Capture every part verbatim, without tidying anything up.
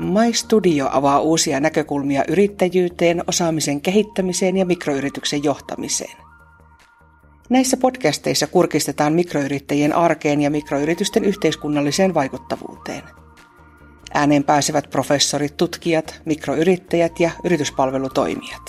My Studio avaa uusia näkökulmia yrittäjyyteen, osaamisen kehittämiseen ja mikroyrityksen johtamiseen. Näissä podcasteissa kurkistetaan mikroyrittäjien arkeen ja mikroyritysten yhteiskunnalliseen vaikuttavuuteen. Ääneen pääsevät professorit, tutkijat, mikroyrittäjät ja yrityspalvelutoimijat.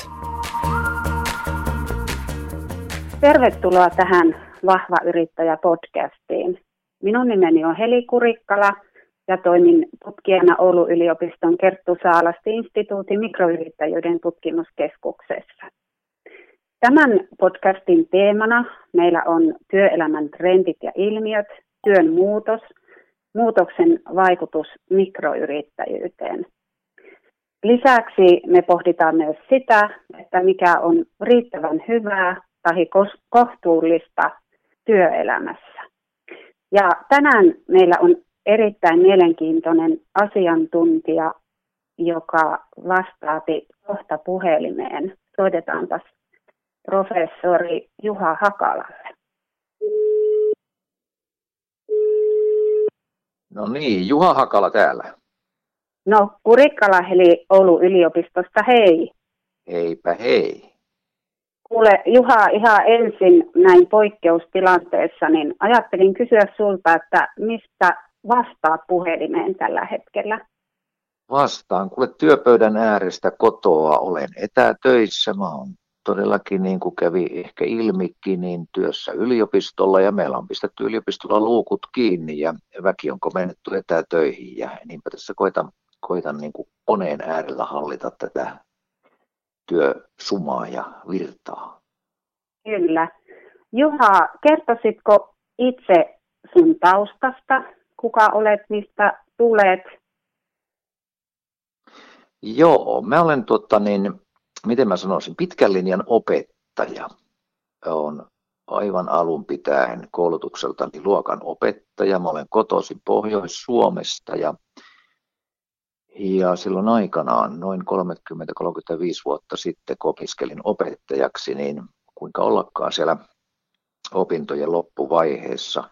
Tervetuloa tähän Vahva Yrittäjä podcastiin. Minun nimeni on Heli Kurikkala ja toimin tutkijana Oulun yliopiston Kerttu Saalasti-instituutin mikroyrittäjyyden tutkimuskeskuksessa. Tämän podcastin teemana meillä on työelämän trendit ja ilmiöt, työn muutos, muutoksen vaikutus mikroyrittäjyyteen. Lisäksi me pohditaan myös sitä, että mikä on riittävän hyvää tai kohtuullista työelämässä. Ja tänään meillä on erittäin mielenkiintoinen asiantuntija, joka vastaapi kohta puhelimeen. Soitetaanpas professori Juha Hakalalle. No niin, Juha Hakala täällä. No, Kurikkala eli Oulun yliopistosta, hei. Heipä hei. Kuule Juha, ihan ensin näin poikkeustilanteessa, niin ajattelin kysyä sulta, että mistä vastaat puhelimeen tällä hetkellä? Vastaan, kuule työpöydän äärestä kotoa, olen etätöissä. Mä oon todellakin, niin kuin kävi ehkä ilmikin, niin työssä yliopistolla ja meillä on pistetty yliopistolla luukut kiinni ja väki on komennettu etätöihin ja niinpä tässä koitan, koitan niin kuin koneen äärellä hallita tätä työsumaa ja virtaa. Kyllä. Juha, kertoisitko itse sun taustasta? Kuka olet, mistä tulet? Joo, mä olen tota niin, miten mä sanoisin, pitkän linjan opettaja. Olen aivan alun pitäen koulutukseltani luokan opettaja. Mä olen kotoisin Pohjois-Suomesta ja, ja silloin aikanaan noin kolmekymmentä kolmekymmentäviisi vuotta sitten, kun opiskelin opettajaksi, niin kuinka ollakaan siellä opintojen loppuvaiheessa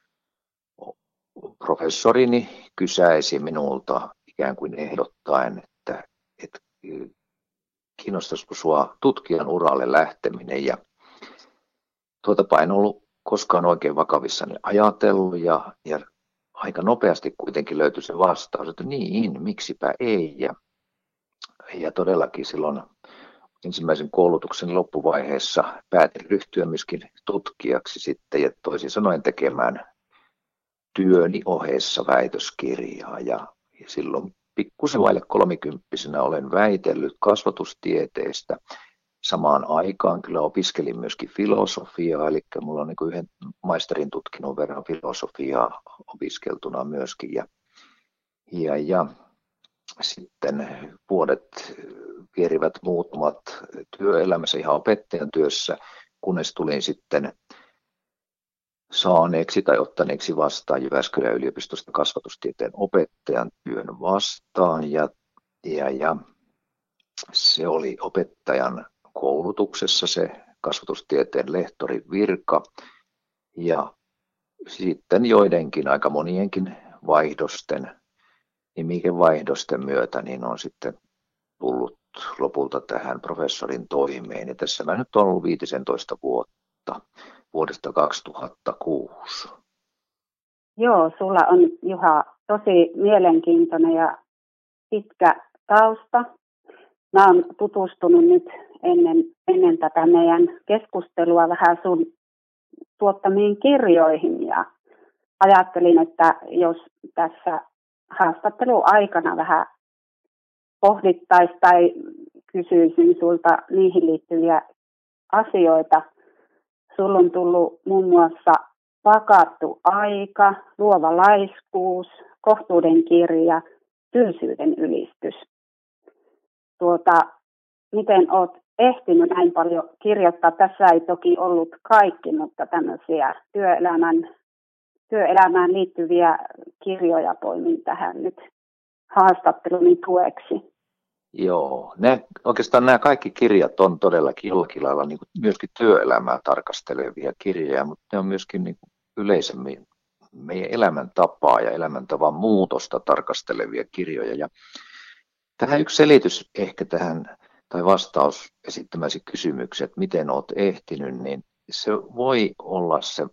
professorini kysäisi minulta ikään kuin ehdottaen, että, että kiinnostaisiko sinua tutkijan uralle lähteminen. Ja tuotapa en ollut koskaan oikein vakavissani ajatellut ja, ja aika nopeasti kuitenkin löytyi se vastaus, että niin, miksipä ei. Ja, ja todellakin silloin ensimmäisen koulutuksen loppuvaiheessa päätin ryhtyä myöskin tutkijaksi sitten ja toisin sanoen tekemään työni ohessa väitöskirjaa ja, ja silloin pikkusen vaille kolmikymppisenä olen väitellyt kasvatustieteestä. Samaan aikaan kyllä opiskelin myöskin filosofiaa, eli mulla on niin yhden maisterin tutkinnon verran filosofiaa opiskeltuna myöskin. Ja, ja, ja sitten vuodet vierivät muutamat työelämässä ihan opettajan työssä, kunnes tulin sitten saaneeksi tai ottaneeksi vastaan Jyväskylän yliopistosta kasvatustieteen opettajan työn vastaan ja, ja, ja se oli opettajan koulutuksessa se kasvatustieteen lehtorin virka ja sitten joidenkin aika monienkin vaihdosten, nimikevaihdosten myötä niin on sitten tullut lopulta tähän professorin toimeen ja tässä mä nyt olen ollut viisitoista vuotta. Vuodesta kaksituhattakuusi. Joo, sulla on Juha tosi mielenkiintoinen ja pitkä tausta. Mä oon tutustunut nyt ennen, ennen tätä meidän keskustelua vähän sun tuottamiin kirjoihin ja ajattelin, että jos tässä haastattelun aikana vähän pohdittaisiin tai kysyisin sulta niihin liittyviä asioita. Sulla on tullut muun muassa Pakattu aika, Luova laiskuus, Kohtuuden kirja, Tylsyyden ylistys. Tuota, miten olet ehtinyt näin paljon kirjoittaa? Tässä ei toki ollut kaikki, mutta tämmöisiä työelämän, työelämään liittyviä kirjoja poimin tähän nyt haastatteluni tueksi. Joo, ne, oikeastaan nämä kaikki kirjat on todellakin jollakin lailla niin kuin myöskin työelämää tarkastelevia kirjoja, mutta ne on myöskin niin kuin yleisemmin meidän elämäntapaa ja elämäntavan muutosta tarkastelevia kirjoja. Ja Tähän yksi selitys ehkä tähän, tai vastaus esittämäsi kysymykseen, että miten olet ehtinyt, niin se voi olla se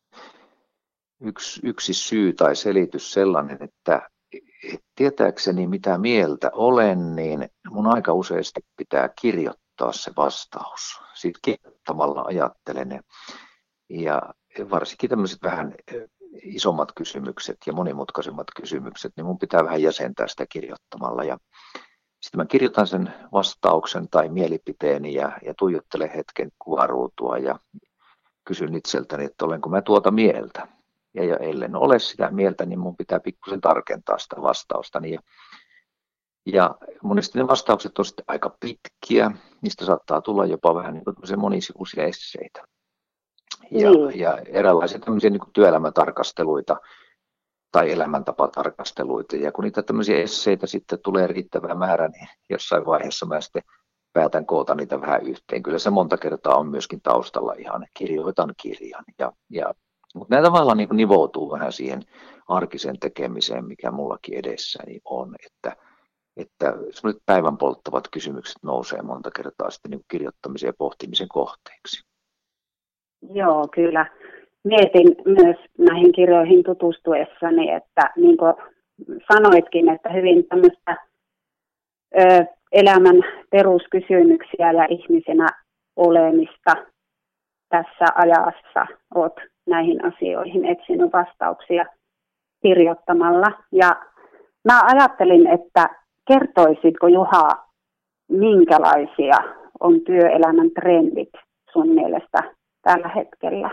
yksi, yksi syy tai selitys sellainen, että et tietääkseni mitä mieltä olen, niin mun aika useasti pitää kirjoittaa se vastaus. Siitä kirjoittamalla ajattelen. Ja varsinkin tämmöiset vähän isommat kysymykset ja monimutkaisemmat kysymykset, niin mun pitää vähän jäsentää sitä kirjoittamalla. Ja sitten mä kirjoitan sen vastauksen tai mielipiteeni ja, ja tuijottelen hetken kuvaruutua ja kysyn itseltäni, että olenko mä tuota mieltä. Ja, ja ellen ole sitä mieltä, niin mun pitää pikkusen tarkentaa sitä vastaustani. Ja, ja monesti ne vastaukset on sitten aika pitkiä, niistä saattaa tulla jopa vähän niin kuin monisivuisia esseitä. Ja, mm. ja eräänlaisia tämmöisiä niin kuin työelämätarkasteluita tai elämäntapatarkasteluita. Ja kun niitä tämmöisiä esseitä sitten tulee riittävä määrä, niin jossain vaiheessa mä sitten päätän koota niitä vähän yhteen. Kyllä se monta kertaa on myöskin taustalla ihan, kirjoitan kirjan. Ja, ja, mutta nämä tavallaan niin kuin nivoutuu vähän siihen arkisen tekemiseen, mikä mullakin edessäni on. Että, että sellaiset päivän polttavat kysymykset nousee monta kertaa sitten niin kuin kirjoittamisen ja pohtimisen kohteeksi. Joo, kyllä. Mietin myös näihin kirjoihin tutustuessani, että niin kuin sanoitkin, että hyvin tämmöistä ö, elämän peruskysymyksiä ja ihmisenä olemista tässä ajassa olet näihin asioihin etsinyt vastauksia kirjoittamalla. Ja mä ajattelin, että kertoisitko Juha, minkälaisia on työelämän trendit sun mielestä tällä hetkellä?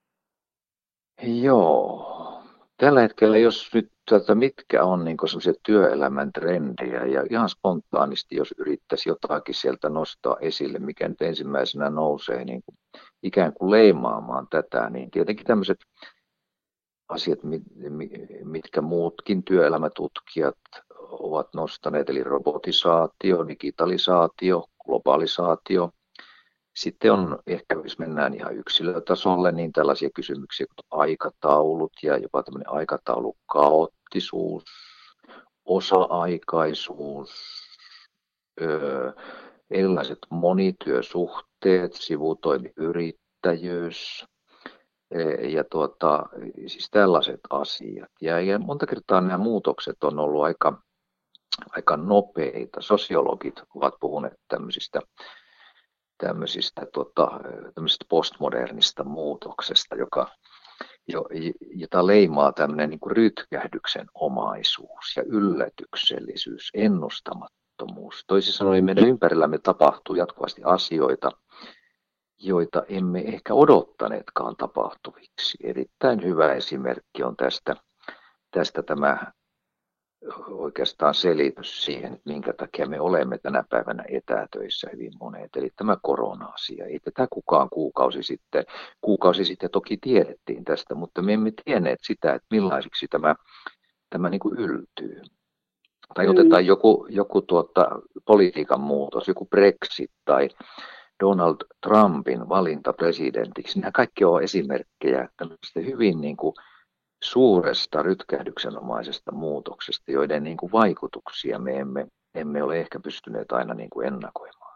Joo. Tällä hetkellä, jos nyt tätä, mitkä on niin sellaisia työelämän trendejä ja ihan spontaanisti, jos yrittäisi jotakin sieltä nostaa esille, mikä nyt ensimmäisenä nousee niin kuin ikään kuin leimaamaan tätä, niin tietenkin tämmöiset asiat, mitkä muutkin työelämätutkijat ovat nostaneet, eli robotisaatio, digitalisaatio, globalisaatio. Sitten on ehkä, jos mennään ihan yksilötasolle, niin tällaisia kysymyksiä kuin aikataulut ja jopa tämmöinen aikataulukaoottisuus, osa-aikaisuus, öö, erilaiset monityösuhteet, sivutoimiyrittäjyys ja tuota, siis tällaiset asiat. Ja, ja monta kertaa nämä muutokset on ollut aika, aika nopeita. Sosiologit ovat puhuneet tämmöisistä tämmöisistä, tota, tämmöisistä postmodernista muutoksesta, joka, jo, jota leimaa tämmöinen niin kuin rytkähdyksen omaisuus ja yllätyksellisyys, ennustamattomuus. Toisin sanoen meidän ympärillämme tapahtuu jatkuvasti asioita, joita emme ehkä odottaneetkaan tapahtuviksi. Erittäin hyvä esimerkki on tästä, tästä tämä oikeastaan selitys siihen, että minkä takia me olemme tänä päivänä etätöissä hyvin monet. Eli tämä korona-asia. Ei tätä kukaan kuukausi sitten, kuukausi sitten toki tiedettiin tästä, mutta me emme tienneet sitä, että millaisiksi tämä, tämä niin kuin yltyy. Tai otetaan joku, joku tuota, politiikan muutos, joku Brexit tai Donald Trumpin valinta presidentiksi. Nämä kaikki ovat esimerkkejä tämmöistä hyvin niin kuin suuresta rytkähdyksenomaisesta muutoksesta, joiden niin kuin vaikutuksia me emme, emme ole ehkä pystyneet aina niin kuin ennakoimaan.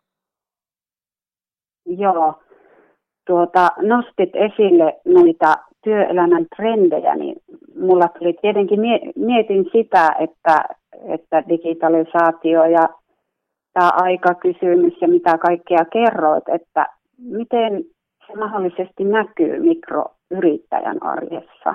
Joo, tuota, nostit esille noita työelämän trendejä, niin mulla tuli tietenkin, mietin sitä, että, että digitalisaatio ja tämä aikakysymys ja mitä kaikkea kerroit, että miten se mahdollisesti näkyy mikroyrittäjän arjessa?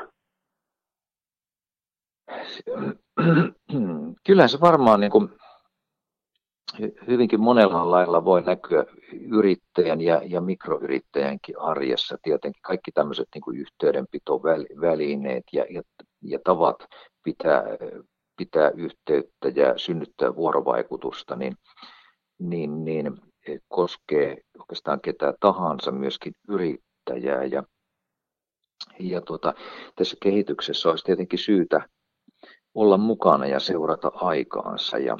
Kyllä se varmaan niin kuin hyvinkin monella lailla voi näkyä yrittäjän ja, ja mikroyrittäjänkin arjessa. Tietenkin kaikki tämmöiset niin kuin yhteydenpitovälineet ja, ja, ja tavat pitää, pitää yhteyttä ja synnyttää vuorovaikutusta, niin, niin, niin koskee oikeastaan ketä tahansa, myöskin yrittäjää. Ja, ja tuota, tässä kehityksessä olisi tietenkin syytä olla mukana ja seurata aikaansa. Ja,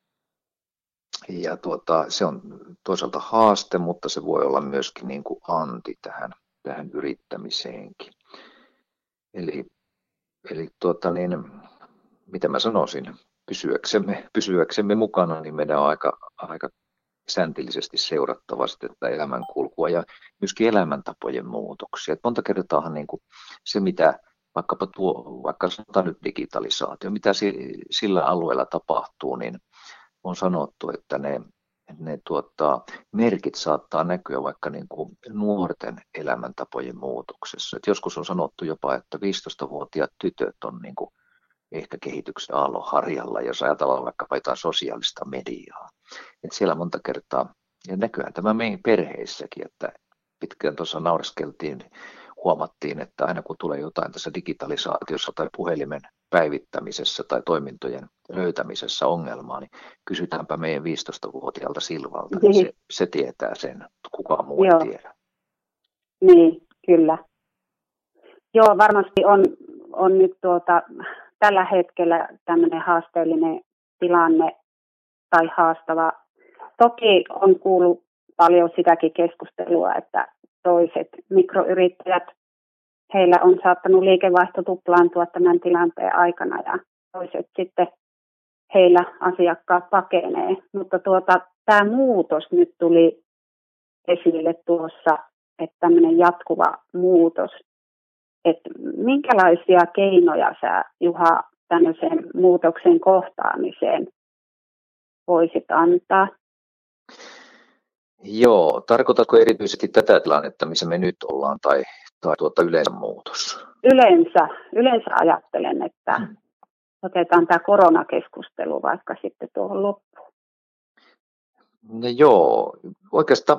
ja tuota, se on toisaalta haaste, mutta se voi olla myöskin niin kuin anti tähän, tähän yrittämiseenkin. Eli, eli tuota niin, mitä mä sanoisin, pysyäksemme, pysyäksemme mukana, niin meidän on aika, aika säntillisesti seurattava sitten tätä elämänkulkua ja myöskin elämäntapojen muutoksia. Et monta kertaa niin kuin se, mitä vaikkapa tuo, vaikka sanotaan nyt digitalisaatio, mitä sillä alueella tapahtuu, niin on sanottu, että ne, ne tuota, merkit saattaa näkyä vaikka niin kuin nuorten elämäntapojen muutoksessa. Et joskus on sanottu jopa, että viisitoistavuotiaat tytöt on niin kuin ehkä kehityksen aallonharjalla, jos ajatellaan vaikka jotain sosiaalista mediaa. Et siellä monta kertaa, ja näkyy tämä meidän perheissäkin, että pitkään tuossa naureskeltiin, huomattiin, että aina kun tulee jotain tässä digitalisaatiossa tai puhelimen päivittämisessä tai toimintojen löytämisessä ongelmaa, niin kysytäänpä meidän viisitoistavuotiaalta Silvalta, niin se, se tietää sen, kukaan muu ei tiedä. Niin, kyllä. Joo, varmasti on, on nyt tuota, tällä hetkellä tämmöinen haasteellinen tilanne tai haastava. Toki on kuullut paljon sitäkin keskustelua, että toiset mikroyrittäjät, heillä on saattanut liikevaihto tuplaantua tämän tilanteen aikana ja toiset sitten heillä asiakkaat pakenee. Mutta tuota, tämä muutos nyt tuli esille tuossa, että tämmöinen jatkuva muutos. Että minkälaisia keinoja sä, Juha, tämmöisen muutoksen kohtaamiseen voisit antaa? Joo, tarkoitatko erityisesti tätä tilannetta, missä me nyt ollaan, tai, tai tuota yleensä muutos? Yleensä, yleensä ajattelen, että hmm. otetaan tämä koronakeskustelu vaikka sitten tuohon loppuun. No joo, oikeastaan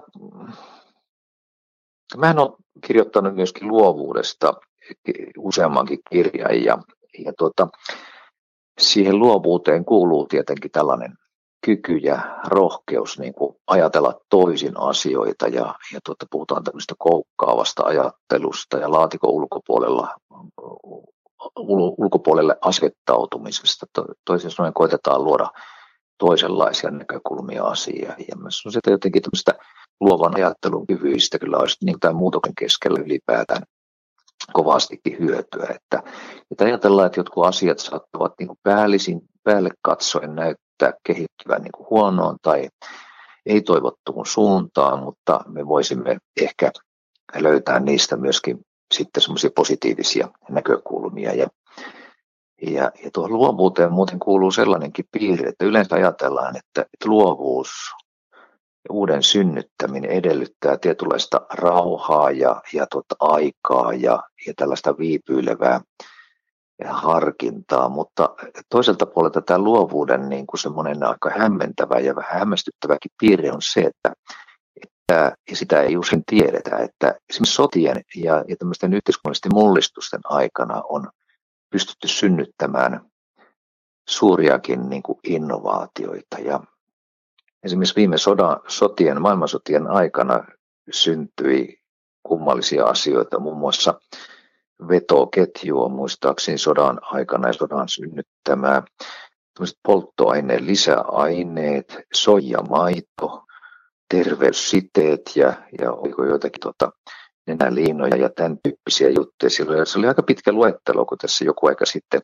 mähän olen kirjoittanut myöskin luovuudesta useammankin kirjan, ja, ja tuota, siihen luovuuteen kuuluu tietenkin tällainen kyky ja rohkeus niin kuin ajatella toisin asioita ja, ja tuota, puhutaan tämmöistä koukkaavasta ajattelusta ja laatikon ulkopuolella, ul, ulkopuolelle asettautumisesta. To, toisin sanoen koitetaan luoda toisenlaisia näkökulmia asiaan. Ja myös on sitä jotenkin tämmöistä luovan ajattelun kyvyistä kyllä olisi niin tämän muutoksen keskellä ylipäätään kovastikin hyötyä. Että, että ajatellaan, että jotkut asiat saattavat niin kuin päällisin, päälle katsoen näyttää kehittyvän niin kuin huonoon tai ei-toivottuun suuntaan, mutta me voisimme ehkä löytää niistä myöskin sitten semmoisia positiivisia näkökulmia. Ja, ja, ja tuohon luovuuteen muuten kuuluu sellainenkin piirre, että yleensä ajatellaan, että, että luovuus ja uuden synnyttäminen edellyttää tietynlaista rauhaa ja, ja tuota aikaa ja, ja tällaista viipyilevää ja harkintaa, mutta toiselta puolelta tämä luovuuden niin kuin semmoinen aika hämmentävä ja vähän hämmästyttäväkin piirre on se, että, että ja sitä ei usein tiedetä, että esimerkiksi sotien ja, ja tämmöisten yhteiskunnallisten mullistusten aikana on pystytty synnyttämään suuriakin niin kuin innovaatioita. Ja esimerkiksi viime sodan, sotien, maailmansotien aikana syntyi kummallisia asioita, muun muassa vetoketju on muistaakseni sodan aikana ja sodan synnyttämää. Tällaiset polttoaineen lisäaineet, soijamaito, terveyssiteet ja, ja oliko joitakin tota, nenäliinoja ja tämän tyyppisiä juttuja. Silloin se oli aika pitkä luettelo, kun tässä joku aika sitten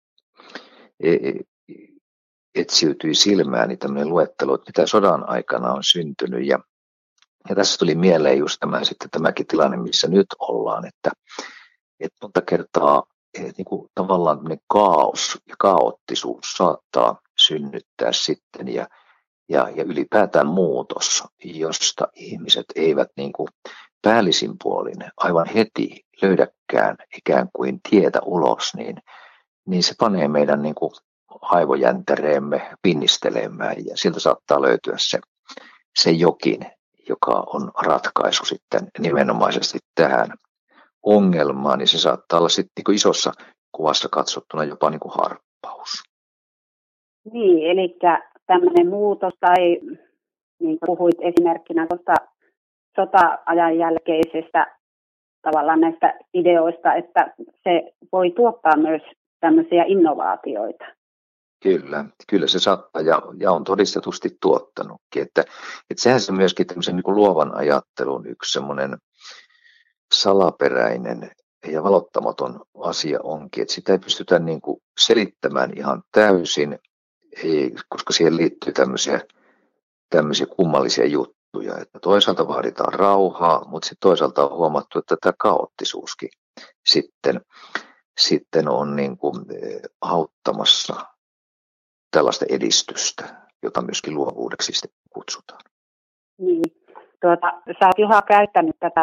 etsiytyi silmääni tämmöinen luettelo, että mitä sodan aikana on syntynyt. Ja, ja tässä tuli mieleen just tämä, sitten tämäkin tilanne, missä nyt ollaan, että että monta kertaa et niin kuin tavallaan kaos ja kaoottisuus saattaa synnyttää sitten ja, ja, ja ylipäätään muutos, josta ihmiset eivät niin kuin päällisin puolin aivan heti löydäkään ikään kuin tietä ulos, niin, niin se panee meidän niin kuin aivojäntäreemme pinnistelemään ja sieltä saattaa löytyä se, se jokin, joka on ratkaisu sitten nimenomaisesti tähän ongelmaan, niin se saattaa olla sitten niin isossa kuvassa katsottuna jopa niin kuin harppaus. Niin, eli tämmöinen muutos tai niin kuin puhuit esimerkkinä tuosta sota-ajan jälkeisestä tavallaan näistä ideoista, että se voi tuottaa myös tämmöisiä innovaatioita. Kyllä, kyllä se saattaa ja, ja on todistetusti tuottanutkin. Että, että sehän se myöskin tämmöisen niin kuin luovan ajattelun yksi semmoinen salaperäinen ja valottamaton asia onkin, että sitä ei pystytä niin kuin selittämään ihan täysin, ei, koska siihen liittyy tämmöisiä, tämmöisiä kummallisia juttuja, että toisaalta vaaditaan rauhaa, mutta sitten toisaalta on huomattu, että tämä kaoottisuuskin sitten, sitten on niin kuin auttamassa tällaista edistystä, jota myöskin luovuudeksi sitten kutsutaan. Niin. Tuota, sä oot Juha käyttänyt tätä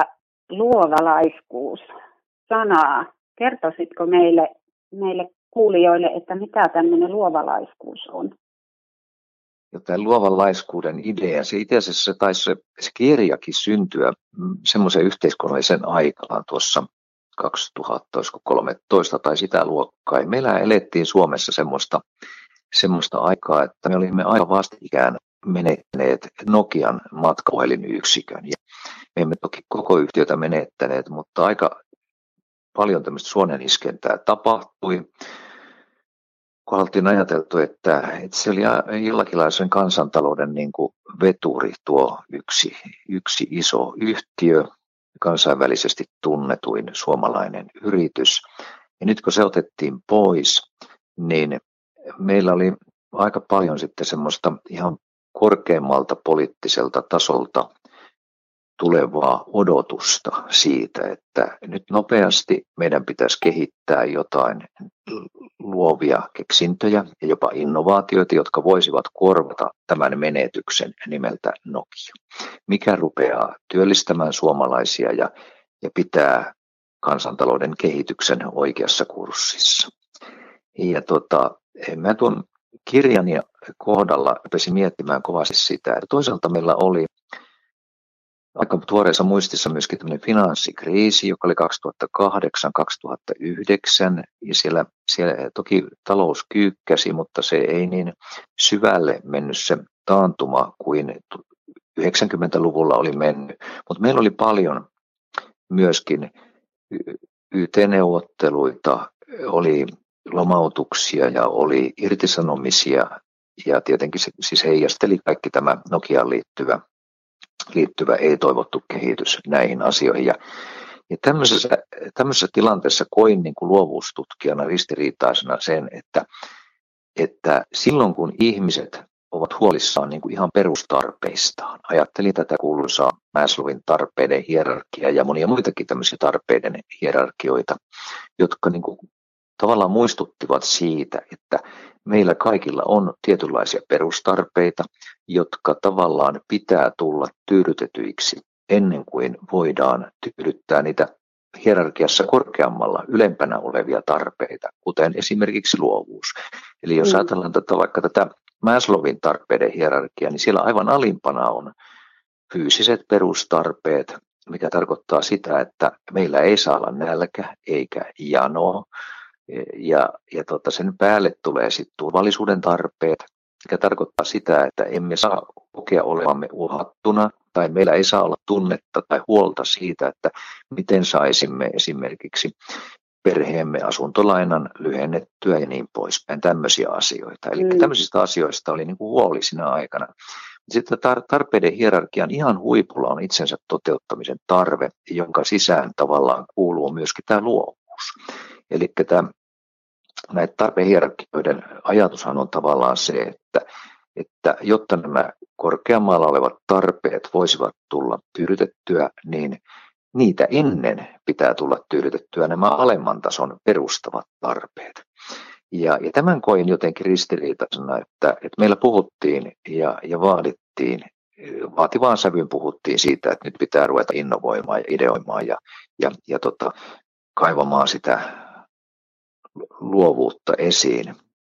luovalaiskuus-sanaa. Kertoisitko meille, meille kuulijoille, että mitä tämmöinen luovalaiskuus on? Ja tämä luovan laiskuuden idea, se itse asiassa se taisi se, se kirjakin syntyä semmoisen yhteiskunnallisen aikaan tuossa kaksituhattakolmetoista tai sitä luokkaa. Ja meillä elettiin Suomessa semmoista, semmoista aikaa, että me olimme aika vastikään menettäneet Nokian matkapuhelinyksikön. Ja me emme toki koko yhtiötä menettäneet, mutta aika paljon tämmöistä suoneniskentää tapahtui. Kun oltiin ajateltu, että, että se oli jollakin lailla sen kansantalouden niin kuin veturi tuo yksi, yksi iso yhtiö, kansainvälisesti tunnetuin suomalainen yritys. Ja nyt kun se otettiin pois, niin meillä oli aika paljon sitten semmoista ihan korkeammalta poliittiselta tasolta tulevaa odotusta siitä, että nyt nopeasti meidän pitäisi kehittää jotain luovia keksintöjä ja jopa innovaatioita, jotka voisivat korvata tämän menetyksen nimeltä Nokia, mikä rupeaa työllistämään suomalaisia ja, ja pitää kansantalouden kehityksen oikeassa kurssissa. Ja tota, mä tuon kirjani kohdalla rupesin miettimään kovasti sitä, että toisaalta meillä oli aika tuoreessa muistissa myöskin tämmöinen finanssikriisi, joka oli kaksituhattakahdeksan kaksituhattayhdeksän, ja siellä, siellä toki talous kyykkäsi, mutta se ei niin syvälle mennyt se taantuma kuin yhdeksänkymmentäluvulla oli mennyt. Mutta meillä oli paljon myöskin Y T-neuvotteluita, oli lomautuksia ja oli irtisanomisia, ja tietenkin se siis heijasteli kaikki tämä Nokiaan liittyvä liittyvä ei-toivottu kehitys näihin asioihin. Ja, ja tämmöisessä, tämmöisessä tilanteessa koin niin kuin luovuustutkijana ristiriitaisena sen, että, että silloin kun ihmiset ovat huolissaan niin kuin ihan perustarpeistaan, ajattelin tätä kuuluisaa Maslowin tarpeiden hierarkiaa ja monia muitakin tämmöisiä tarpeiden hierarkioita, jotka niin kuin tavallaan muistuttivat siitä, että meillä kaikilla on tietynlaisia perustarpeita, jotka tavallaan pitää tulla tyydytetyiksi ennen kuin voidaan tyydyttää niitä hierarkiassa korkeammalla ylempänä olevia tarpeita, kuten esimerkiksi luovuus. Eli jos mm. ajatellaan tätä, vaikka tätä Maslowin tarpeiden hierarkiaa, niin siellä aivan alimpana on fyysiset perustarpeet, mikä tarkoittaa sitä, että meillä ei saa olla nälkä eikä janoa. Ja, ja tota, sen päälle tulee sitten turvallisuuden tarpeet, mikä tarkoittaa sitä, että emme saa kokea olevamme uhattuna, tai meillä ei saa olla tunnetta tai huolta siitä, että miten saisimme esimerkiksi perheemme asuntolainan lyhennettyä ja niin poispäin, tämmöisiä asioita. Eli mm. tämmöisistä asioista oli niin kuin huoli siinä aikana. Sitten tarpeiden hierarkian ihan huipulla on itsensä toteuttamisen tarve, jonka sisään tavallaan kuuluu myöskin tämä luovuus. Eli tämä, näitä tarpehierarkioiden ajatushan on tavallaan se, että, että jotta nämä korkeammalla olevat tarpeet voisivat tulla tyydytettyä, niin niitä ennen pitää tulla tyydytettyä nämä alemman tason perustavat tarpeet. Ja, ja tämän koin jotenkin ristiriitaisena, että, että meillä puhuttiin ja, ja vaadittiin, vaativaan sävyyn puhuttiin siitä, että nyt pitää ruveta innovoimaan ja ideoimaan ja, ja, ja tota, kaivamaan sitä luovuutta esiin,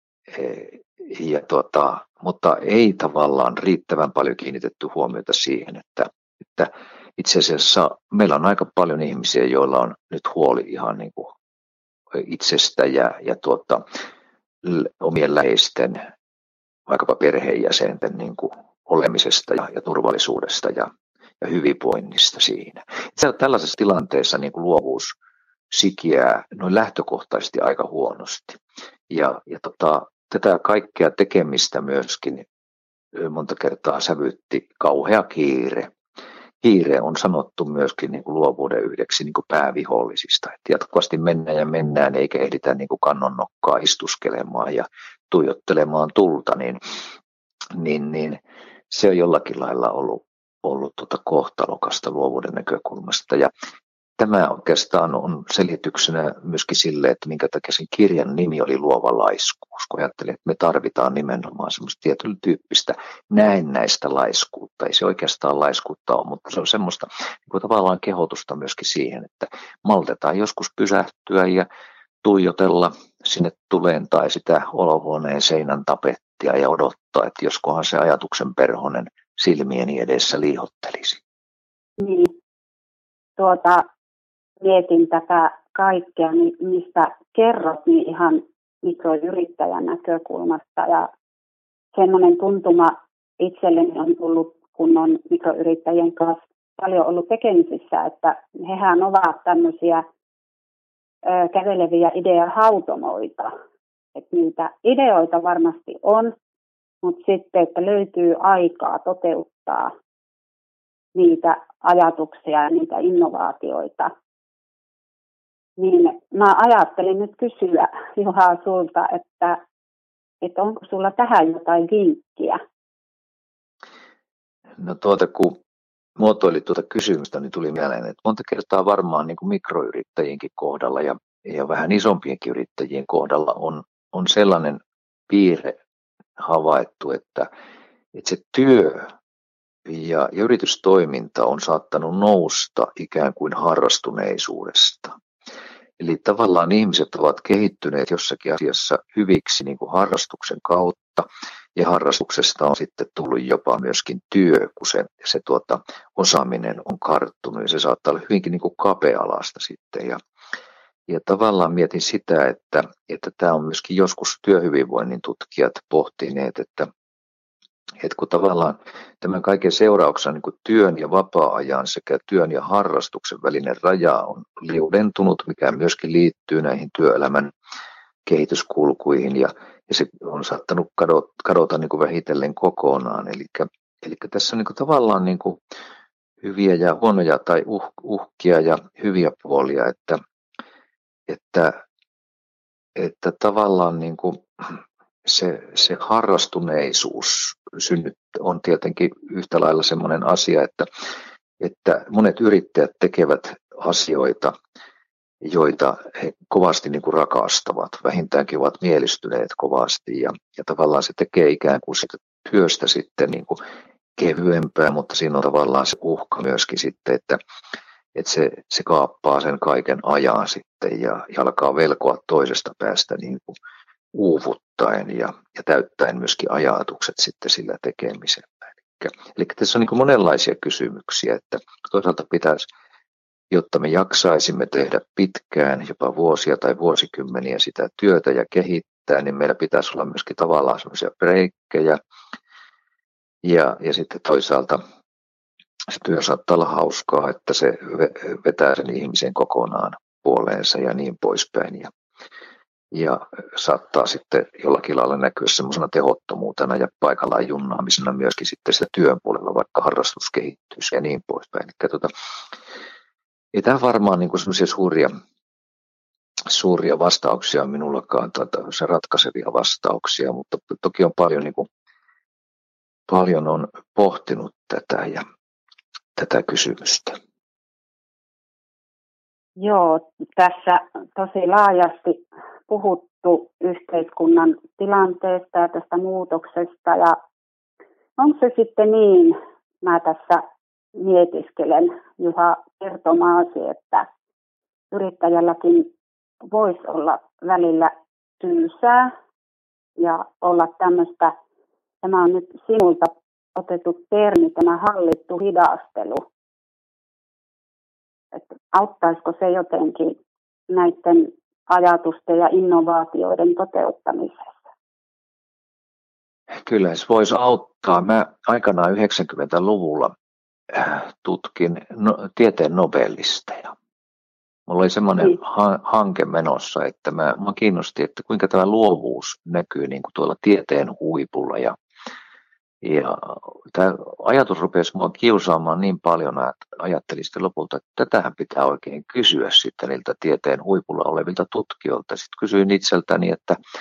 ja tota, mutta ei tavallaan riittävän paljon kiinnitetty huomiota siihen, että, että itse asiassa meillä on aika paljon ihmisiä, joilla on nyt huoli ihan niin kuin itsestä ja, ja tuota, omien läheisten, vaikkapa perheenjäsenten niin kuin olemisesta ja, ja turvallisuudesta ja, ja hyvinvoinnista siinä. Tällaisessa tilanteessa niin kuin luovuus sikiää noin lähtökohtaisesti aika huonosti. Ja, ja tota, tätä kaikkea tekemistä myöskin monta kertaa sävytti kauhea kiire. Kiire on sanottu myöskin niin kuin luovuuden yhdeksi niin kuin päävihollisista. Että jatkuvasti mennään ja mennään eikä ehditä niin kuin kannonnokkaa istuskelemaan ja tuijottelemaan tulta, niin, niin, niin se on jollakin lailla ollut, ollut tuota kohtalokasta luovuuden näkökulmasta. Ja tämä oikeastaan on selityksenä myöskin sille, että minkä takia sen kirjan nimi oli Luova laiskuus, kun ajattelin, että me tarvitaan nimenomaan semmoista tietyllä tyyppistä näennäistä laiskuutta. Ei se oikeastaan laiskuutta ole, mutta se on semmoista niin kuin tavallaan kehotusta myöskin siihen, että maltetaan joskus pysähtyä ja tuijotella sinne tuleen tai sitä olohuoneen seinän tapettia ja odottaa, että joskohan se ajatuksen perhonen silmieni edessä liihottelisi. Niin. Tuota, mietin tätä kaikkea, mistä kerrot, niin ihan mikroyrittäjän näkökulmasta. Ja semmoinen tuntuma itselleni on tullut, kun on mikroyrittäjien kanssa paljon ollut tekemisissä, että hehän ovat tämmöisiä ö, käveleviä ideahautomoita. Että niitä ideoita varmasti on, mutta sitten, että löytyy aikaa toteuttaa niitä ajatuksia ja niitä innovaatioita. Niin mä ajattelin nyt kysyä Juha sulta, että, että onko sulla tähän jotain vinkkiä? No tuota, kun muotoilit tuota kysymystä, niin tuli mieleen, että monta kertaa varmaan niin kuin mikroyrittäjienkin kohdalla ja, ja vähän isompienkin yrittäjien kohdalla on, on sellainen piirre havaittu, että, että se työ ja, ja yritystoiminta on saattanut nousta ikään kuin harrastuneisuudesta. Eli tavallaan ihmiset ovat kehittyneet jossakin asiassa hyviksi niin kuin harrastuksen kautta, ja harrastuksesta on sitten tullut jopa myöskin työ, kun se, se tuota, osaaminen on karttunut, ja se saattaa olla hyvinkin niin kuin kapea-alasta sitten. Ja, ja tavallaan mietin sitä, että, että tämä on myöskin joskus työhyvinvoinnin tutkijat pohtineet, että että kun tavallaan tämän kaiken seurauksena niin kuin työn ja vapaa-ajan sekä työn ja harrastuksen välinen raja on liudentunut, mikä myöskin liittyy näihin työelämän kehityskulkuihin, ja, ja se on saattanut kadota, kadota niin kuin vähitellen kokonaan. Eli, eli tässä on niin kuin tavallaan niin kuin hyviä ja huonoja tai uh, uhkia ja hyviä puolia, että, että, että tavallaan niin kuin Se, se harrastuneisuus synnyt, on tietenkin yhtä lailla sellainen asia, että, että monet yrittäjät tekevät asioita, joita he kovasti niin kuin rakastavat, vähintäänkin ovat mielistyneet kovasti, ja, ja tavallaan se tekee ikään kuin sitä työstä sitten niin kuin kevyempää, mutta siinä on tavallaan se uhka myöskin sitten, että, että se, se kaappaa sen kaiken ajan sitten ja, ja alkaa velkoa toisesta päästä niin kuin uuvuttaen ja, ja täyttäen myöskin ajatukset sitten sillä tekemisellä. Eli, eli tässä on niin kuin monenlaisia kysymyksiä, että toisaalta pitäisi, jotta me jaksaisimme tehdä pitkään, jopa vuosia tai vuosikymmeniä sitä työtä ja kehittää, niin meillä pitäisi olla myöskin tavallaan sellaisia breikkejä, ja, ja sitten toisaalta se työ saattaa olla hauskaa, että se vetää sen ihmisen kokonaan puoleensa ja niin poispäin. Ja, Ja saattaa sitten jollakin lailla näkyä semmoisena tehottomuutena ja paikallaan junnaamisena myöskin sitten sitä työn puolella, vaikka harrastus kehittyisi ja niin poispäin. Eli tuota, ei tämä varmaan niin kuin semmoisia suuria, suuria vastauksia minullakaan, tuota, se ratkaisevia vastauksia, mutta toki on paljon, niin kuin, paljon on pohtinut tätä ja tätä kysymystä. Joo, tässä tosi laajasti puhuttu yhteiskunnan tilanteesta ja tästä muutoksesta. Ja onko se sitten niin, mä tässä mietiskelen Juha kertomaasi, että yrittäjälläkin voisi olla välillä tylsää ja olla tämmöistä, tämä on nyt sinulta otettu termi, tämä hallittu hidastelu. Että auttaisiko se jotenkin näiden ajatusten ja innovaatioiden toteuttamisessa? Kyllä se voisi auttaa. Mä aikanaan yhdeksänkymmentäluvulla tutkin no, tieteen nobelisteja. Mulla oli semmoinen niin. ha- hanke menossa, että mä, mä kiinnosti, että kuinka tämä luovuus näkyy niin kuin tuolla tieteen huipulla. Ja, ja tämä ajatus rupesi mua kiusaamaan niin paljon, että ajattelin sitten lopulta, että tätähän pitää oikein kysyä sitten niiltä tieteen huipulla olevilta tutkijoilta. Sitten kysyin itseltäni, että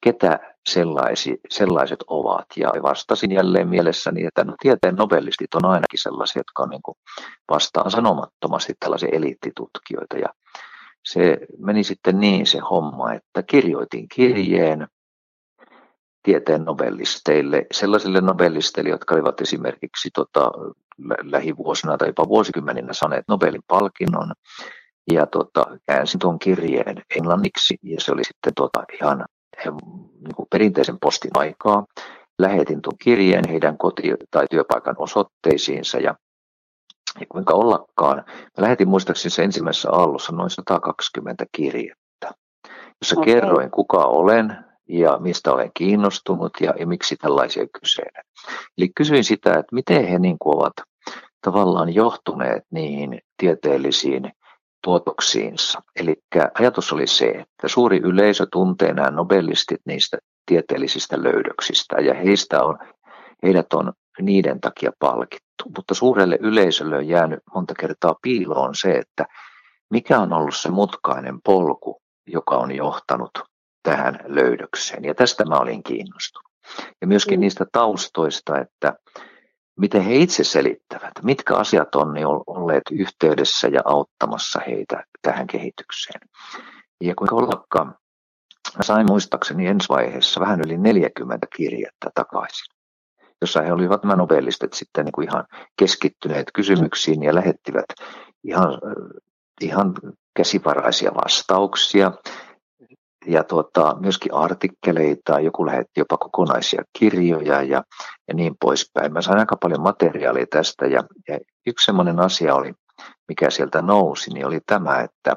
ketä sellaisi, sellaiset ovat. Ja vastasin jälleen mielessäni, että no, tieteen nobelistit on ainakin sellaisia, jotka on niin kuin vastaan sanomattomasti tällaisia eliittitutkijoita. Ja se meni sitten niin se homma, että kirjoitin kirjeen tieteen nobelisteille, sellaisille nobelisteille, jotka olivat esimerkiksi tota, lähivuosina tai jopa vuosikymmeninä saaneet Nobelin palkinnon. Ja tota, käänsin tuon kirjeen englanniksi, ja se oli sitten tota, ihan niin kuin perinteisen postin aikaa. Lähetin tuon kirjeen heidän koti- tai työpaikan osoitteisiinsa, ja, ja kuinka ollakaan. Mä lähetin muistaakseni se ensimmäisessä aallossa noin sata kaksikymmentä kirjettä, jossa okay. kerroin, kuka olen ja mistä olen kiinnostunut ja, ja miksi tällaisia kyselen. Eli kysyin sitä, että miten he niin kuin ovat tavallaan johtuneet niihin tieteellisiin tuotoksiinsa. Eli ajatus oli se, että suuri yleisö tuntee nämä nobelistit niistä tieteellisistä löydöksistä ja heistä on, heidät on niiden takia palkittu. Mutta suurelle yleisölle on jäänyt monta kertaa piiloon se, että mikä on ollut se mutkainen polku, joka on johtanut tähän löydökseen. Ja tästä mä olin kiinnostunut. Ja myöskin mm. niistä taustoista, että miten he itse selittävät, mitkä asiat on olleet yhteydessä ja auttamassa heitä tähän kehitykseen. Ja kuinka ollakaan, mä sain muistaakseni ensi vaiheessa vähän yli neljäkymmentä kirjettä takaisin, jossa he olivat nämä nobelistit sitten niin kuin ihan keskittyneet kysymyksiin ja lähettivät ihan, ihan käsivaraisia vastauksia. Ja tuota, myöskin artikkeleita, joku lähetti jopa kokonaisia kirjoja ja, ja niin poispäin. Mä sain aika paljon materiaalia tästä ja, ja yksi semmoinen asia oli, mikä sieltä nousi, niin oli tämä, että,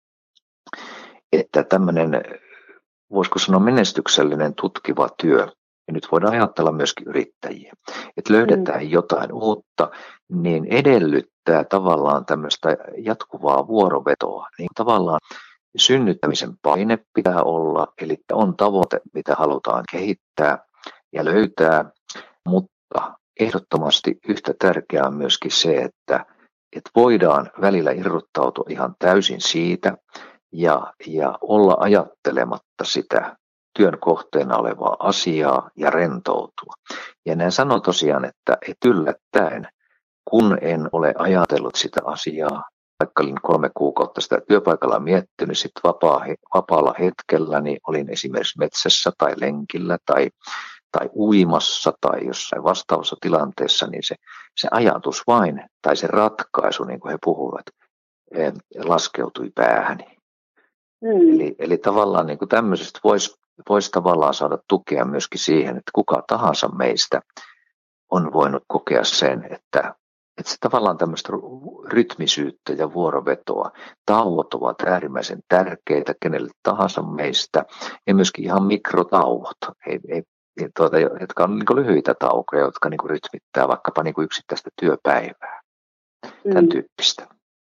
että tämmöinen, voisiko sanoa menestyksellinen tutkiva työ, ja nyt voidaan ajatella myöskin yrittäjiä, että löydetään mm. jotain uutta, niin edellyttää tavallaan tämmöistä jatkuvaa vuorovetoa, niin tavallaan synnyttämisen paine pitää olla, eli on tavoite, mitä halutaan kehittää ja löytää, mutta ehdottomasti yhtä tärkeää on myöskin se, että, että voidaan välillä irrottautua ihan täysin siitä ja, ja olla ajattelematta sitä työn kohteena olevaa asiaa ja rentoutua. Ja näin sanon tosiaan, että, että yllättäen, kun en ole ajatellut sitä asiaa, vaikka olin kolme kuukautta sitä työpaikalla miettinyt, sitten vapaa, vapaalla hetkellä, niin olin esimerkiksi metsässä tai lenkillä tai, tai uimassa tai jossain vastaavassa tilanteessa, niin se, se ajatus vain tai se ratkaisu, niin kuin he puhuvat, laskeutui päähäni. Mm. Eli, eli tavallaan niin kuin tämmöisestä voisi vois tavallaan saada tukea myöskin siihen, että kuka tahansa meistä on voinut kokea sen, että Että se tavallaan tämmöistä rytmisyyttä ja vuorovetoa. Tauot ovat äärimmäisen tärkeitä kenelle tahansa meistä ja myöskin ihan mikrotauot, ei, ei, tuota, jotka on niin kuin lyhyitä taukoja, jotka niin kuin rytmittää vaikkapa niin kuin yksittäistä työpäivää. Tämän mm. tyyppistä.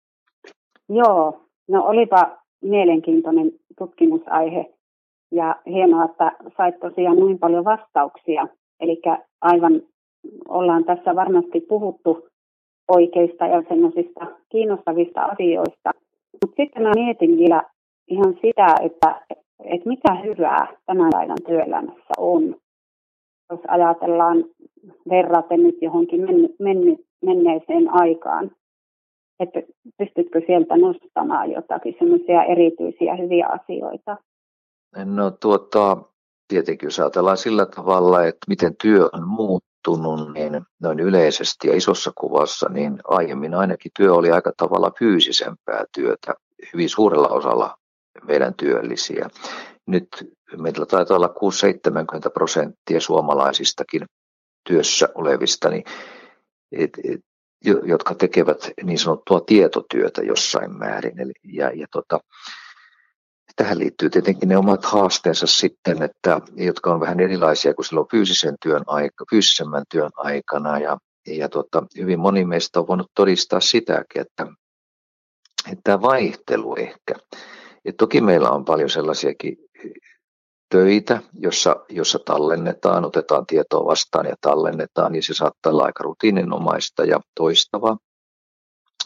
Joo, no olipa mielenkiintoinen tutkimusaihe ja hienoa, että sait tosiaan noin paljon vastauksia. Eli aivan ollaan tässä varmasti puhuttu oikeista ja semmoisista kiinnostavista asioista. Mutta sitten mä mietin vielä ihan sitä, että, että mitä hyvää tämän päivän työelämässä on. Jos ajatellaan verraten nyt johonkin men, menneeseen aikaan, että pystytkö sieltä nostamaan jotakin semmoisia erityisiä hyviä asioita? No tuota, tietenkin jos ajatellaan sillä tavalla, että miten työ on muuttunut, niin noin yleisesti ja isossa kuvassa, niin aiemmin ainakin työ oli aika tavalla fyysisempää työtä hyvin suurella osalla meidän työllisiä. Nyt meillä taitaa olla kuusi seitsemänkymmentä prosenttia suomalaisistakin työssä olevista, niin, et, et, jotka tekevät niin sanottua tietotyötä jossain määrin. Eli, ja, ja tota, tähän liittyy tietenkin ne omat haasteensa sitten, että, jotka on vähän erilaisia kuin silloin fyysisen työn aika, fyysisemmän työn aikana. Ja, ja tota, hyvin moni meistä on voinut todistaa sitäkin, että, että tämä vaihtelu ehkä. Et toki meillä on paljon sellaisiakin töitä, jossa, jossa tallennetaan, otetaan tietoa vastaan ja tallennetaan, niin se saattaa olla aika rutiininomaista ja toistavaa.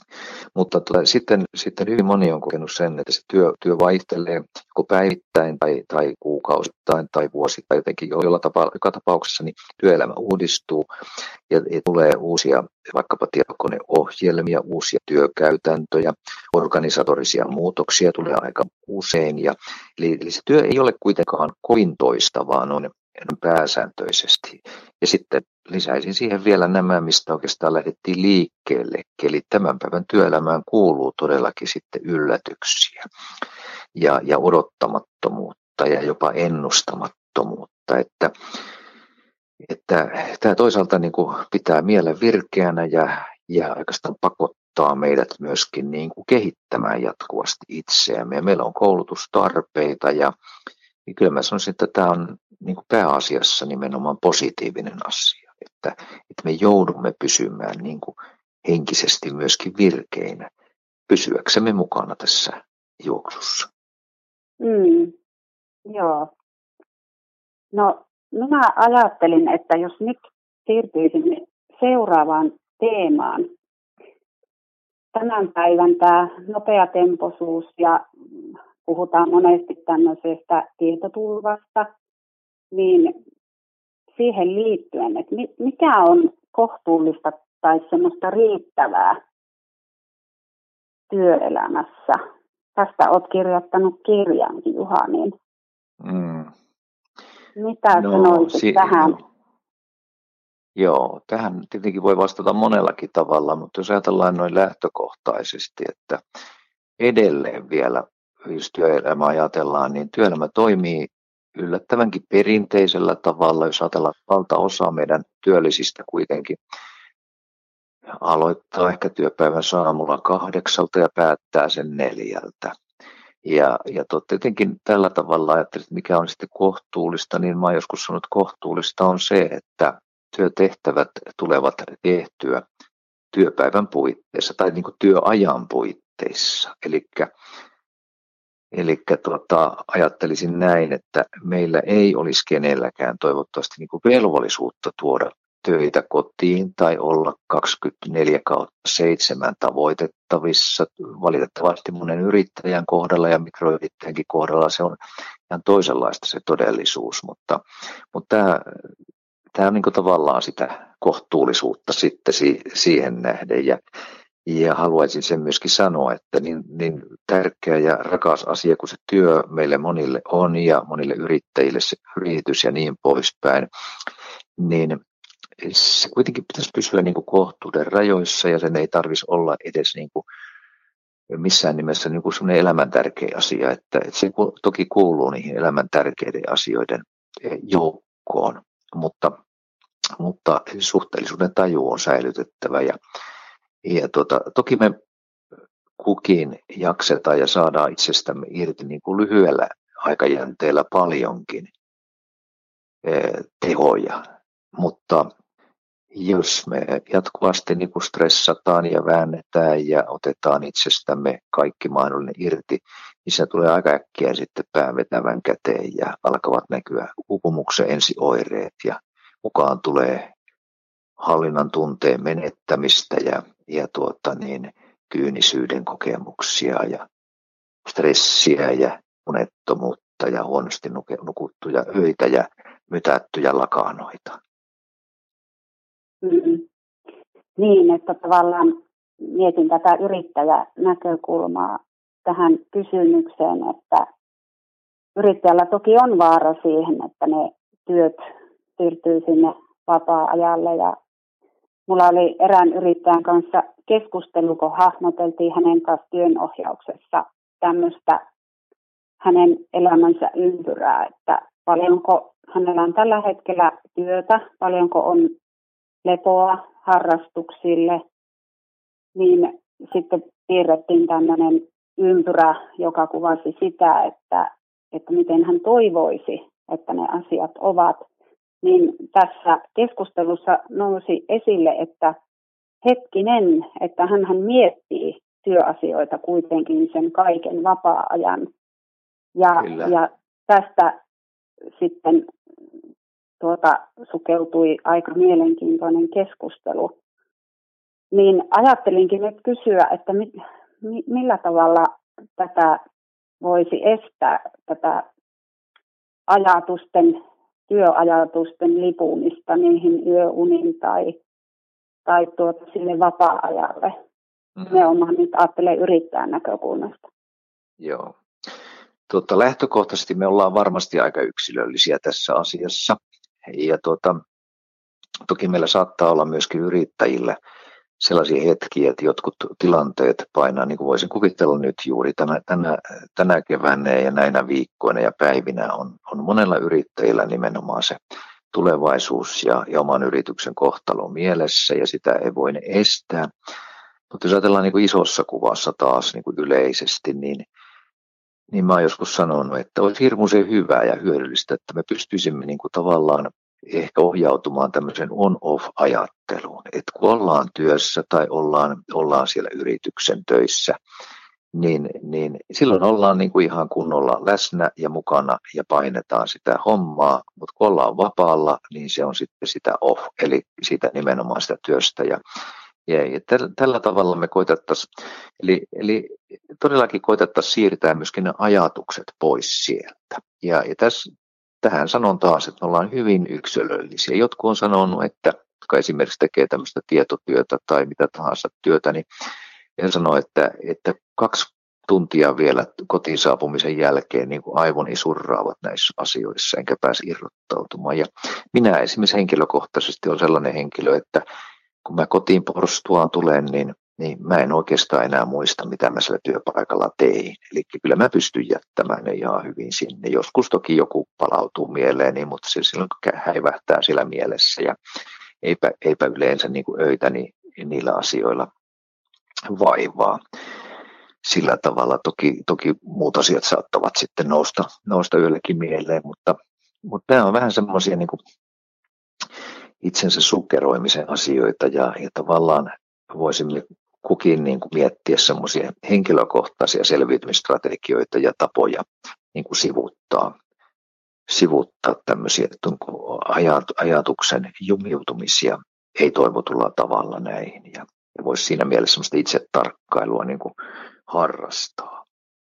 Mutta tuota, sitten, sitten hyvin moni on kokenut sen, että se työ, työ vaihtelee joko päivittäin tai, tai kuukausittain tai vuosittain jotenkin jolla tapa, joka tapauksessa niin työelämä uudistuu ja, ja tulee uusia vaikkapa tietokoneohjelmia, uusia työkäytäntöjä, organisatorisia muutoksia tulee aika usein. Ja, eli, eli se työ ei ole kuitenkaan kovin toista, vaan on pääsääntöisesti. Ja sitten lisäisin siihen vielä nämä, mistä oikeastaan lähdettiin liikkeelle. Eli tämän päivän työelämään kuuluu todellakin sitten yllätyksiä ja, ja odottamattomuutta ja jopa ennustamattomuutta. Että, että tämä toisaalta niin kuin pitää mielen virkeänä ja, ja oikeastaan pakottaa meidät myöskin niin kuin kehittämään jatkuvasti itseämme. Ja meillä on koulutustarpeita ja niin kyllä mä sanoisin, että tämä on niin kuin pääasiassa nimenomaan positiivinen asia, että, että me joudumme pysymään niin kuin henkisesti myöskin virkeinä, pysyäksemme mukana tässä juoksussa. Mm, joo. No minä ajattelin, että jos nyt siirtyisimme seuraavaan teemaan, tämän päivän tämä nopeatempoisuus ja puhutaan monesti tämmöisestä tietotulvasta, niin siihen liittyen, että mikä on kohtuullista tai semmoista riittävää työelämässä. Tästä olet kirjoittanut kirjankin, Juha, niin mm. mitä no, sanoisit si- tähän? No. Joo, tähän tietenkin voi vastata monellakin tavalla, mutta jos ajatellaan noin lähtökohtaisesti, että edelleen vielä, jos työelämä ajatellaan, niin työelämä toimii yllättävänkin perinteisellä tavalla, jos ajatellaan valtaosa meidän työllisistä kuitenkin aloittaa ehkä työpäivän aamulla kahdeksalta ja päättää sen neljältä. Ja, ja tietenkin tällä tavalla ajattelin, että mikä on sitten kohtuullista, niin mä oon joskus sanonut, että kohtuullista on se, että työtehtävät tulevat tehtyä työpäivän puitteissa tai niin kuin työajan puitteissa. Elikkä Eli tuota, ajattelisin näin, että meillä ei olisi kenelläkään toivottavasti niin kuin velvollisuutta tuoda töitä kotiin tai olla kaksikymmentäneljä kautta seitsemän tavoitettavissa. Valitettavasti monen yrittäjän kohdalla ja mikroyrittäjänkin kohdalla se on ihan toisenlaista se todellisuus, mutta, mutta tämä, tämä on niin kuin tavallaan sitä kohtuullisuutta sitten siihen nähden. Ja Ja haluaisin sen myöskin sanoa, että niin, niin tärkeä ja rakas asia kuin se työ meille monille on ja monille yrittäjille se yritys ja niin poispäin, niin se kuitenkin pitäisi pysyä niin kuin kohtuuden rajoissa ja sen ei tarvitsisi olla edes niin kuin missään nimessä niin kuin sellainen elämän tärkeä asia, että, että se toki kuuluu niihin elämän tärkeiden asioiden joukkoon, mutta, mutta suhteellisuuden taju on säilytettävä ja Ja tuota, toki me kukin jaksetaan ja saadaan itsestämme irti niin kuin lyhyellä aikajänteellä paljonkin eh, tehoja, mutta jos me jatkuvasti niin kuin stressataan ja väännetään ja otetaan itsestämme kaikki mahdollinen irti, niin se tulee aika äkkiä sitten päävetävän käteen ja alkavat näkyä uupumuksen ensioireet ja mukaan tulee hallinnan tunteen menettämistä ja, ja tuota niin, kyynisyyden kokemuksia ja stressiä ja unettomuutta ja huonosti nukuttuja öitä ja mytättyjä lakanoita. Mm-hmm. Niin, että tavallaan mietin tätä yrittäjänäkökulmaa tähän kysymykseen, että yrittäjällä toki on vaara siihen, että ne työt siirtyy sinne vapaa-ajalle ja mulla oli erään yrittäjän kanssa keskustelu, kun hahmoteltiin hänen kanssa työnohjauksessa tämmöistä hänen elämänsä ympyrää, että paljonko hänellä on tällä hetkellä työtä, paljonko on lepoa harrastuksille, niin sitten piirrettiin tämmöinen ympyrä, joka kuvasi sitä, että, että miten hän toivoisi, että ne asiat ovat. Niin tässä keskustelussa nousi esille, että hetkinen, että hän miettii työasioita kuitenkin sen kaiken vapaa-ajan. Ja, ja tästä sitten tuota, sukeutui aika mielenkiintoinen keskustelu. Niin ajattelinkin nyt kysyä, että mi, mi, millä tavalla tätä voisi estää, tätä ajatusten, työajatusten lipumista niihin yöuniin tai, tai tuota sille vapaa-ajalle. Mm-hmm. Nimenomaan nyt ajattelen yrittäjän näkökulmasta. Joo. Tuota, lähtökohtaisesti me ollaan varmasti aika yksilöllisiä tässä asiassa. Ja tuota, toki meillä saattaa olla myöskin yrittäjillä sellaisia hetkiä, että jotkut tilanteet painaa, niin kuin voisin kuvitella nyt juuri tänä, tänä, tänä keväänä ja näinä viikkoina ja päivinä on, on monella yrittäjillä nimenomaan se tulevaisuus ja, ja oman yrityksen kohtalo mielessä ja sitä ei voi estää. Mutta jos ajatellaan niin kuin isossa kuvassa taas niin kuin yleisesti, niin, niin mä oon joskus sanonut, että olisi hirmuisen hyvää ja hyödyllistä, että me pystyisimme niin kuin tavallaan ehkä ohjautumaan tämmöisen on-off-ajatteluun. Että kun ollaan työssä tai ollaan, ollaan siellä yrityksen töissä, niin, niin silloin ollaan niin kuin ihan kunnolla läsnä ja mukana ja painetaan sitä hommaa. Mutta kun ollaan vapaalla, niin se on sitten sitä off, eli sitä nimenomaan sitä työstä. Ja, ja, ja tällä, tällä tavalla me koitettaisiin, eli, eli todellakin koitettaisiin siirtää myöskin ne ajatukset pois sieltä. Ja, ja tässä Tähän sanon taas, että me ollaan hyvin yksilöllisiä. Jotkut on sanonut, että jotka esimerkiksi tekee tämmöistä tietotyötä tai mitä tahansa työtä, niin he sanoo, että, että kaksi tuntia vielä kotiin saapumisen jälkeen niin kuin aivoni surraavat näissä asioissa, enkä pääse irrottautumaan. Ja minä esimerkiksi henkilökohtaisesti olen sellainen henkilö, että kun mä kotiin porstuaan tulen, niin niin mä en oikeastaan enää muista, mitä mä sillä työpaikalla tein. Eli kyllä mä pystyn jättämään ne ihan hyvin sinne. Joskus toki joku palautuu mieleeni, mutta se silloin häivähtää siellä mielessä. Ja eipä, eipä yleensä niin kuin öitäni niillä asioilla vaivaa. Sillä tavalla toki, toki muut asiat saattavat sitten nousta, nousta yöllekin mieleen, mutta, mutta nämä on vähän semmoisia niin kuin itsensä sukkeroimisen asioita ja, ja tavallaan voisimme kukin niin kuin miettiä semmoisia henkilökohtaisia selviytymistrategioita ja tapoja niin kuin sivuttaa, sivuttaa tämmöisiä ajatuksen jumiutumisia ei-toivotulla tavalla näihin. Ja, ja voisi siinä mielessä semmoista itsetarkkailua niin kuin harrastaa.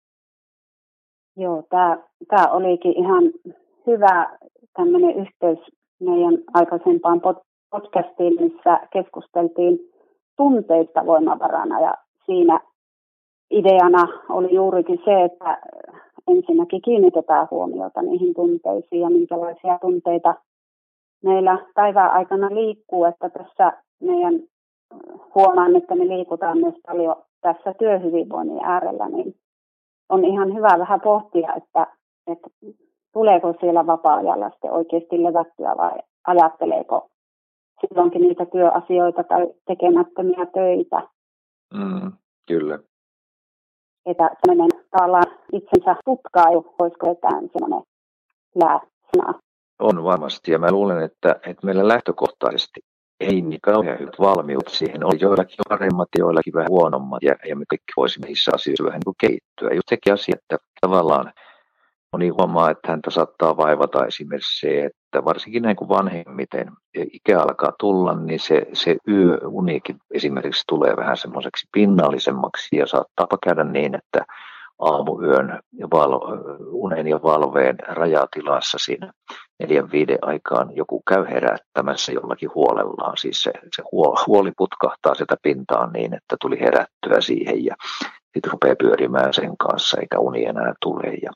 Joo, tämä olikin ihan hyvä tämmöinen yhteys meidän aikaisempaan podcastiin, missä keskusteltiin tunteista voimavarana ja siinä ideana oli juurikin se, että ensinnäkin kiinnitetään huomiota niihin tunteisiin ja minkälaisia tunteita meillä päivän aikana liikkuu, että tässä meidän huomaan, että me liikutaan myös paljon tässä työhyvinvoinnin äärellä, niin on ihan hyvä vähän pohtia, että, että tuleeko siellä vapaa-ajalla sitten oikeasti levättyä vai ajatteleeko silloinkin niitä työasioita tai tekemättömiä töitä. Mm, kyllä. Että tämmöinen tavallaan itsensä tutkailu, voisiko jotain semmoinen lääsana. On varmasti, ja mä luulen, että, että meillä lähtökohtaisesti ei niin kauhean hyvät valmiudet siihen. On joillakin paremmat, joillakin vähän huonommat, ja, ja me kaikki voisimme niissä asioissa vähän niin kuin kehittyä. Just sekin asia, että tavallaan moni huomaa, että häntä saattaa vaivata esimerkiksi se, että varsinkin näin kuin vanhemmiten ikä alkaa tulla, niin se, se yöunikin esimerkiksi tulee vähän semmoiseksi pinnallisemmaksi ja saattaa käydä niin, että aamuyön ja val, unen ja valveen rajatilassa siinä neljän viiden aikaan joku käy herättämässä jollakin huolellaan. Siis se, se huoli putkahtaa sitä pintaan niin, että tuli herättyä siihen ja sitten rupeaa pyörimään sen kanssa eikä uni enää tule. Ja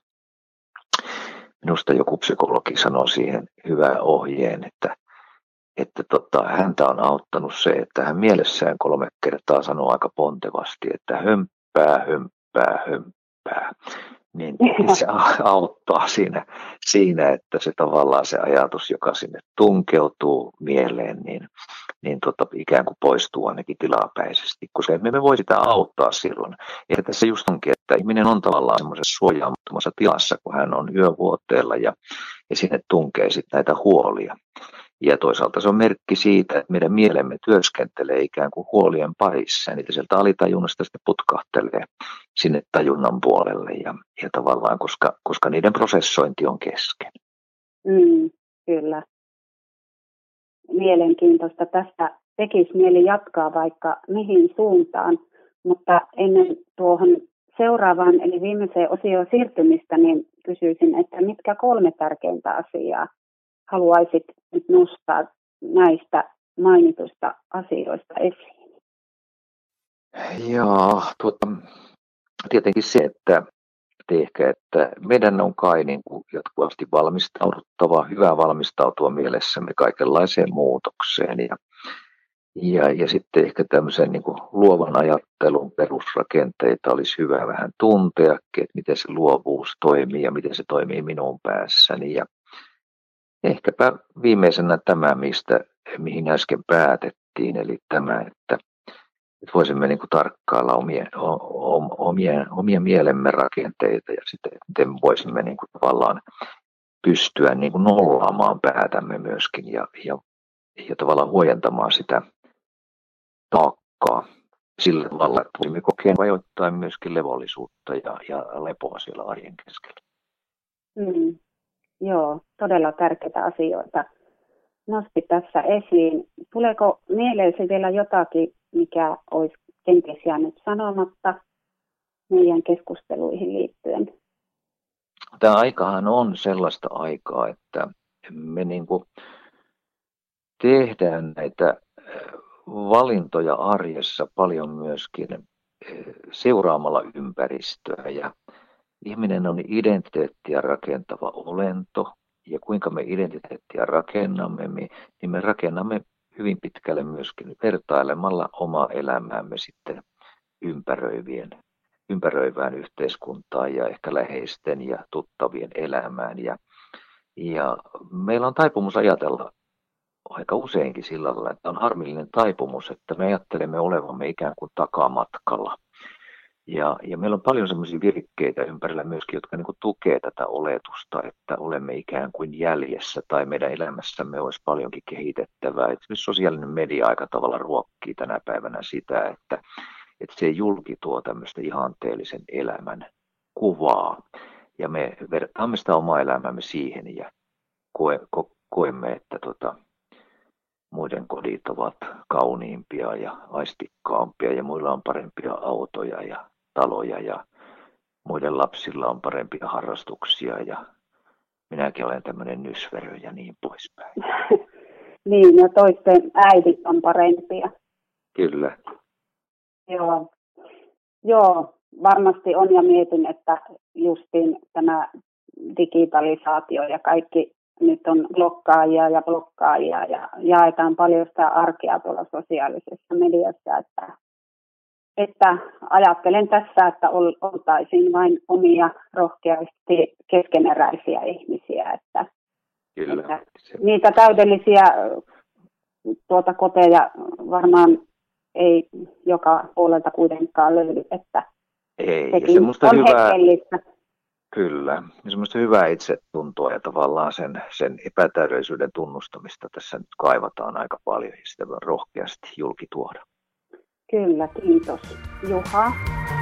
minusta joku psykologi sanoi siihen hyvän ohjeen, että, että tota, häntä on auttanut se, että hän mielessään kolme kertaa sanoo aika pontevasti, että hömppää, hömppää, hömppää. Niin se auttaa siinä, siinä, että se tavallaan se ajatus, joka sinne tunkeutuu mieleen, niin, niin tota, ikään kuin poistuu ainakin tilapäisesti, koska me emme voi sitä auttaa silloin. Ja tässä just onkin, että ihminen on tavallaan semmoisessa suojaamattomassa tilassa, kun hän on yövuoteella ja, ja sinne tunkee sitten näitä huolia. Ja toisaalta se on merkki siitä, että meidän mielemme työskentelee ikään kuin huolien parissa, ja niitä sieltä alitajunnasta sitten putkahtelee sinne tajunnan puolelle, ja, ja tavallaan, koska, koska niiden prosessointi on kesken. Mm, kyllä. Mielenkiintoista tästä tekisi mieli jatkaa vaikka mihin suuntaan, mutta ennen tuohon seuraavaan eli viimeiseen osioon siirtymistä, niin kysyisin, että mitkä kolme tärkeintä asiaa haluaisit nyt nostaa näistä mainituista asioista esiin? Joo, tuota, tietenkin se, että ehkä, että meidän on kai niin kuin jatkuvasti valmistauduttava, hyvä valmistautua mielessämme kaikenlaiseen muutokseen. Ja, ja, ja sitten ehkä tämmöisen niin kuin luovan ajattelun perusrakenteita olisi hyvä vähän tuntea, että miten se luovuus toimii ja miten se toimii minun päässäni. Ja ehkäpä viimeisenä tämä, mistä, mihin äsken päätettiin, eli tämä, että että voisimme niin kuin tarkkailla omia, omia, omia mielemme rakenteita ja sitten miten voisimme niin kuin tavallaan pystyä niin kuin nollaamaan päätämme myöskin ja, ja, ja tavallaan huojentamaan sitä taakkaa sillä tavalla, että voimme kokea vajoittain myöskin levollisuutta ja, ja lepoa siellä arjen keskellä. Mm, joo, todella tärkeitä asioita nosti tässä esiin. Tuleeko mieleesi vielä jotakin, mikä olisi kenties jäänyt sanomatta meidän keskusteluihin liittyen? Tämä aikahan on sellaista aikaa, että me niin kuin tehdään näitä valintoja arjessa paljon myöskin seuraamalla ympäristöä. Ja ihminen on identiteettiä rakentava olento. Ja kuinka me identiteettiä rakennamme, niin me rakennamme hyvin pitkälle myöskin vertailemalla omaa elämäämme sitten ympäröivien, ympäröivään yhteiskuntaan ja ehkä läheisten ja tuttavien elämään. Ja, ja meillä on taipumus ajatella aika useinkin sillä lailla, että on harmillinen taipumus, että me ajattelemme olevamme ikään kuin takamatkalla. Ja, ja meillä on paljon sellaisia virkkeitä ympärillä myöskin, jotka niin kuin tukee tätä oletusta, että olemme ikään kuin jäljessä tai meidän elämässämme olisi paljonkin kehitettävää. Esimerkiksi sosiaalinen media aika tavalla ruokkii tänä päivänä sitä, että, että se julki tuo tämmöistä ihanteellisen elämän kuvaa. Ja me vertaamme sitä omaa elämämme siihen ja koe, ko, koemme, että tota, muiden kodit ovat kauniimpia ja aistikkaampia ja muilla on parempia autoja ja taloja ja muiden lapsilla on parempia harrastuksia ja minäkin olen tämmöinen nysverö ja niin poispäin. Niin, ja toisten äidit on parempia. Kyllä. Joo. Joo, varmasti on ja mietin, että justiin tämä digitalisaatio ja kaikki nyt on blokkaajia ja blokkaajia ja jaetaan paljon sitä arkea tuolla sosiaalisessa mediassa, että, että ajattelen tässä, että oltaisiin vain omia rohkeasti keskeneräisiä ihmisiä, että, Kyllä. että niitä täydellisiä tuota koteja varmaan ei joka puolelta kuitenkaan löydy, että ei, sekin semmoista on hyvää, hetkellistä. Kyllä, ja semmoista hyvää itsetuntoa ja tavallaan sen, sen epätäydellisyyden tunnustamista tässä nyt kaivataan aika paljon ja sitä voi rohkeasti julki tuoda. Kyllä, kiitos Juha.